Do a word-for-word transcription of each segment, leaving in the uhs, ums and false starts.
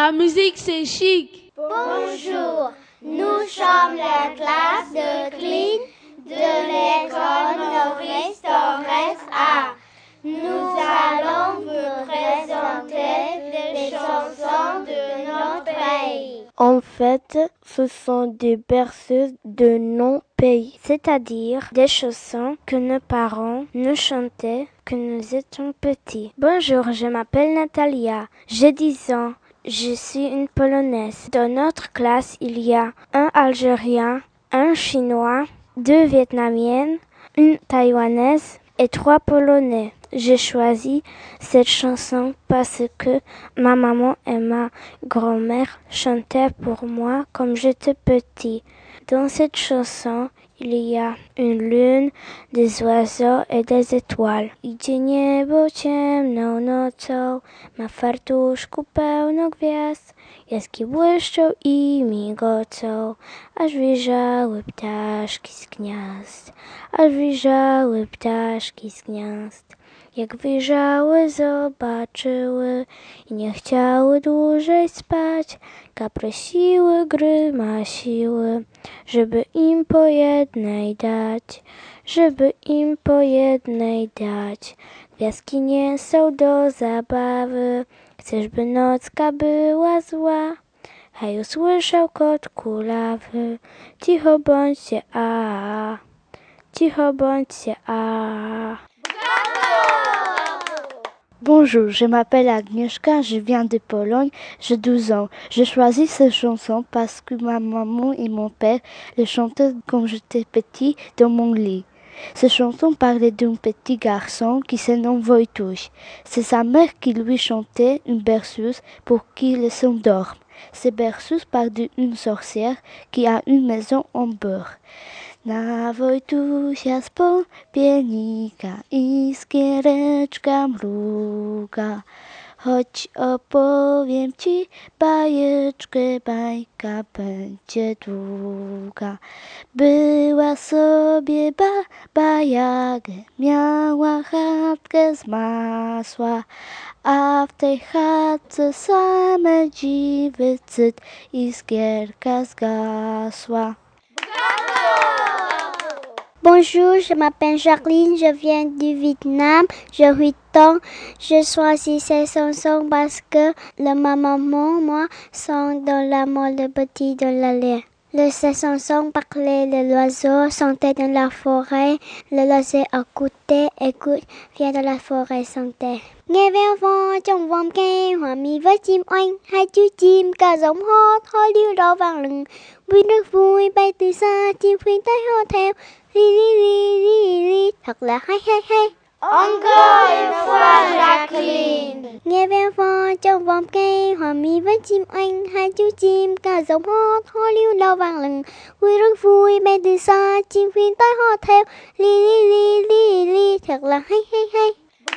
La musique, c'est chic. Bonjour, nous sommes la classe de Cline de l'école Maurice Torres A. Nous allons vous présenter des chansons de notre pays. En fait, ce sont des berceuses de nos pays, c'est-à-dire des chansons que nos parents nous chantaient quand nous étions petits. Bonjour, je m'appelle Natalia, j'ai dix ans. Je suis une Polonaise. Dans notre classe, il y a un Algérien, un Chinois, deux Vietnamiennes, une Taïwanaise et trois Polonais. J'ai choisi cette chanson parce que ma maman et ma grand-mère chantaient pour moi quand j'étais petit. Dans cette chanson, il y a une lune, des oiseaux et des étoiles. Idzie niebo ciemną nocą, ma fartuszku pełno gwiazd. Jaski błyszczą i migocą, aż wyjrzały ptaszki z gniazd. Aż wyjrzały ptaszki z gniazd. Jak wyjrzały, zobaczyły i nie chciały dłużej spać. Kaprosiły, grymasiły, żeby im po jednej dać, żeby im po jednej dać. Gwiazdki nie są do zabawy, chcesz, by nocka była zła. Hej, usłyszał kot kulawy, cicho bądźcie, a, cicho bądźcie, a. Bonjour, je m'appelle Agnieszka, je viens de Pologne, j'ai douze ans. J'ai choisi cette chanson parce que ma maman et mon père les chantaient quand j'étais petit dans mon lit. Cette chanson parlait d'un petit garçon qui se nomme Wojtuś. C'est sa mère qui lui chantait une berceuse pour qu'il s'endorme. Cette berceuse parle d'une sorcière qui a une maison en beurre. Na Wojtusia z popienika iskiereczka mruga. Chodź opowiem ci bajeczkę, bajka będzie długa. Była sobie baba Jaga, miała chatkę z masła, a w tej chatce same dziwy cyt, iskierka zgasła. Bonjour, je m'appelle Jacqueline, je viens du Vietnam, j'ai huit ans. Je choisis ces chansons parce que le ma maman, moi, sont dans la mort de petit de la lait. Le ces chansons parlaient de l'oiseau, chantait dans la forêt. Le oiseau écoutait, écoute, vient de la forêt, chantait. Nghe veo vo trong vòng cây, hòa mi với chim oanh, hai chú chim ca giống hót, hót điệu đỏ vang lừng. Vui nước vui bay từ xa, chim khuyên tới hót theo, ri ri ri ri ri, thật là hay hay hay. Encore une fois, Jacqueline. Nghe veo vo trong vòng cây, hòa mi với chim oanh, hai chú chim ca giống hót, hót điệu đỏ vang lừng. Vui rất vui bay từ xa, chim khuyên tới hót theo, ri ri ri ri ri, thật là hay hay hay.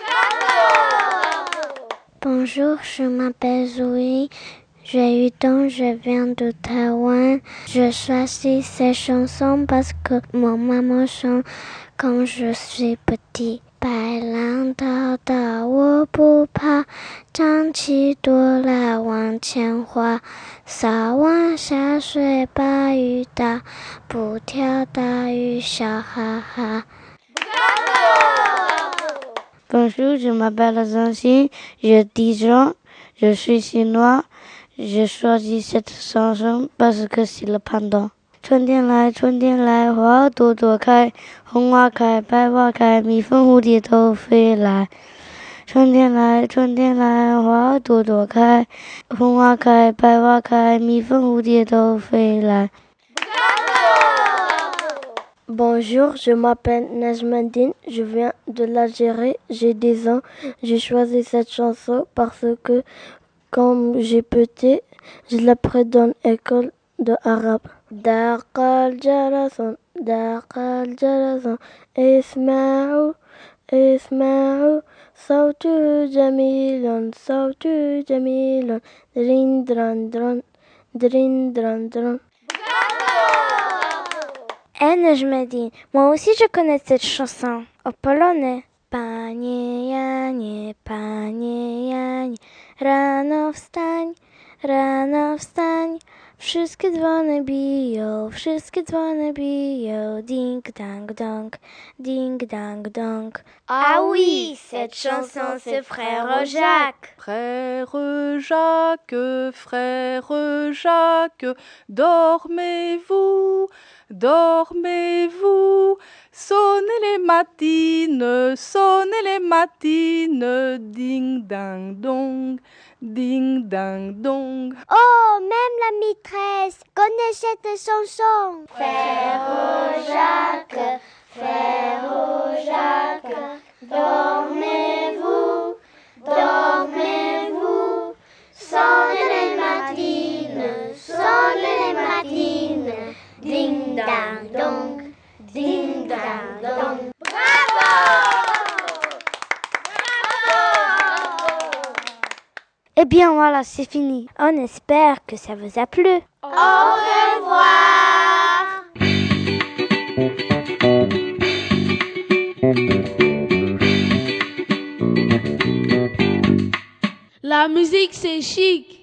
Bonjour, je m'appelle Zoé, j'ai huit ans, je viens de Taïwan. Je choisis ces chansons parce que mon maman chante quand je suis petit. 白浪滔滔我不怕，涨起多来往前滑，撒网下水把鱼打，不跳大鱼笑哈哈。 Bonjour, je m'appelle Azansi, j'ai dix ans, je suis chinois. J'ai choisi cette chanson parce que c'est le pendant. 春天来，春天来，花朵朵开，红花开，白花开，蜜蜂蝴蝶都飞来。春天来，春天来，花朵朵开，红花开，白花开，蜜蜂蝴蝶都飞来。 Bonjour, je m'appelle Najmadine, je viens de l'Algérie, j'ai dix ans. J'ai choisi cette chanson parce que quand j'ai petit, je l'appris dans l'école de arabe. Daqal jarason, daqal jarason, isma'u, isma'u, sautu jamilon, sautu jamilon, drin dran dran, drin dran dran. Eh Najmadine, moi aussi je connais cette chanson, au polonais. Panie Janie, Panie Janie, rano wstań, Rano wstań, wszystkie dzwony biją, wszystkie dzwony biją, ding dang dong, ding dang dong. Ah oui, cette chanson c'est Frère Jacques. Frère Jacques, frère Jacques, dormez-vous, dormez-vous. Sonnez les matines, sonnez les matines, ding dang dong, ding dang dong. Oh, même la maîtresse connaît cette chanson. Frère Jacques, frère Jacques, dormez-vous, dormez-vous. Sonnez les matines, sonnez les matines, ding dang dong, ding dang dong. Eh bien voilà, c'est fini. On espère que ça vous a plu. Au revoir. La musique c'est chic.